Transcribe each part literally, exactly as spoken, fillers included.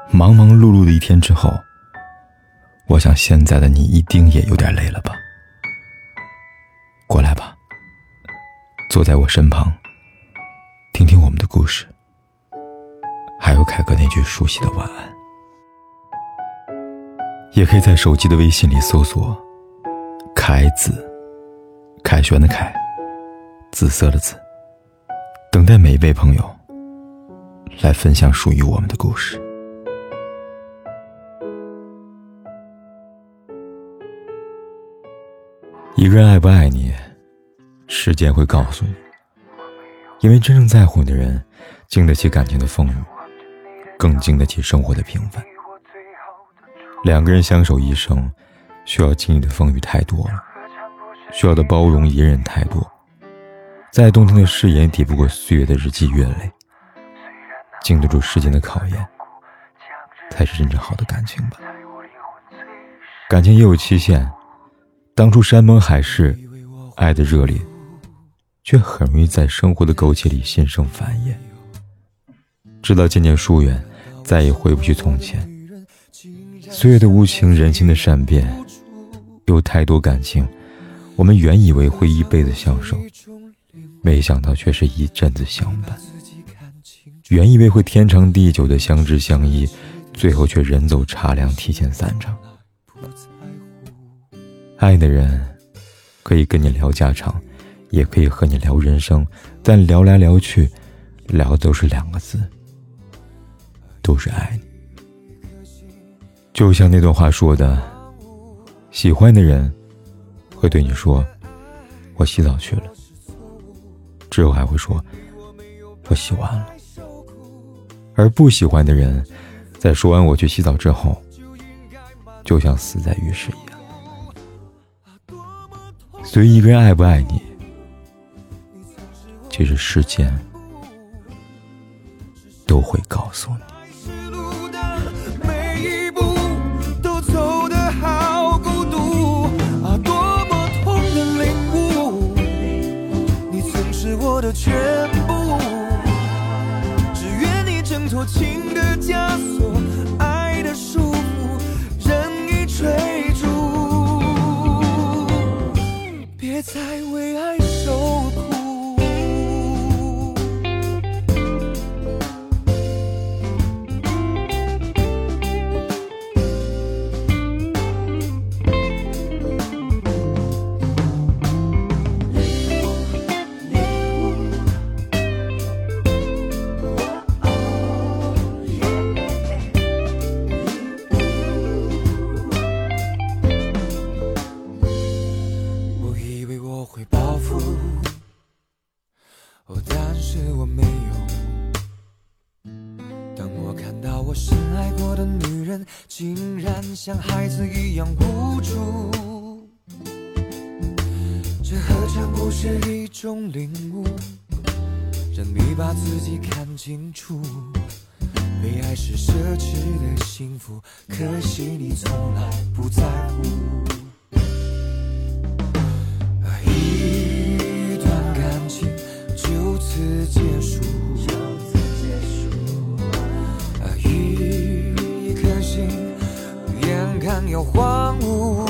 忙忙碌碌的一天之后，我想现在的你一定也有点累了吧。过来吧，坐在我身旁，听听我们的故事，还有凯哥那句熟悉的晚安。也可以在手机的微信里搜索凯子，凯旋的凯，紫色的紫，等待每一位朋友来分享属于我们的故事。一个人爱不爱你，时间会告诉你，因为真正在乎你的人，经得起感情的风雨，更经得起生活的平凡。两个人相守一生，需要经历的风雨太多了，需要的包容隐忍太多，再动听的誓言抵不过岁月的日积月累，经得住时间的考验，才是真正好的感情吧。感情也有期限，当初山盟海誓，爱的热烈，却很容易在生活的苟且里心生繁衍，直到渐渐疏远，再也回不去从前。岁月的无情，人心的善变，有太多感情，我们原以为会一辈子相守，没想到却是一阵子相伴。原以为会天长地久的相知相依，最后却人走茶凉，提前散场。爱的人可以跟你聊家常，也可以和你聊人生，但聊来聊去，聊的都是两个字，都是爱你。就像那段话说的，喜欢的人会对你说我洗澡去了，之后还会说我洗完了。而不喜欢的人在说完我去洗澡之后，就像死在浴室一样。所以一个人爱不爱你，其实时间都会告诉你。 我的全部，只愿你挣脱情的枷锁，爱的束缚，任意追逐，别再为爱受苦。会报复，哦，但是我没有。当我看到我深爱过的女人，竟然像孩子一样无助，这何尝不是一种领悟？让你把自己看清楚，被爱是奢侈的幸福，可惜你从来不在乎。一段感情就此结束，一颗心眼看要荒芜，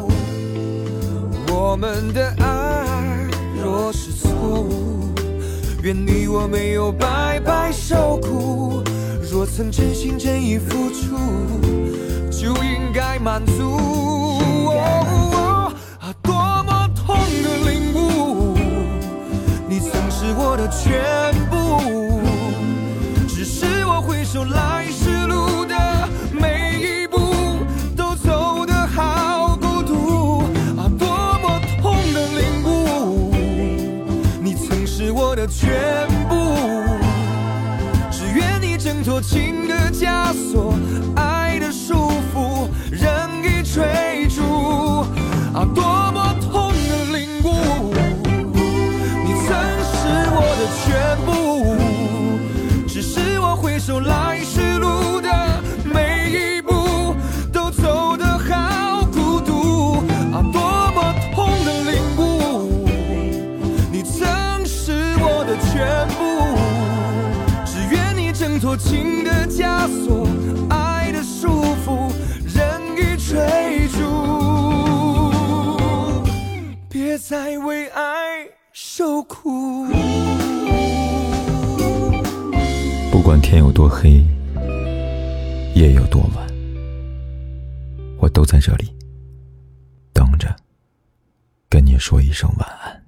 我们的爱若是错误，愿你我没有白白受苦，若曾真心真意付出，就应该满足。哦啊，多么痛的领悟，你曾是我的全部，只是我回首来时路的每一步都走得好孤独。啊，多么痛的领悟，你曾是我的全部，只愿你挣脱情的枷锁，爱的束缚，任意追逐。啊，多么痛的领悟，你曾是我的全部，只是我回首来时路的每一步都走得好孤独。啊，多么痛的领悟，你曾是我的全部，只愿你挣脱情的枷锁，爱负，任意追逐，别再为爱受苦。 不管天有多黑，夜有多晚，我都在这里等着跟你说一声晚安。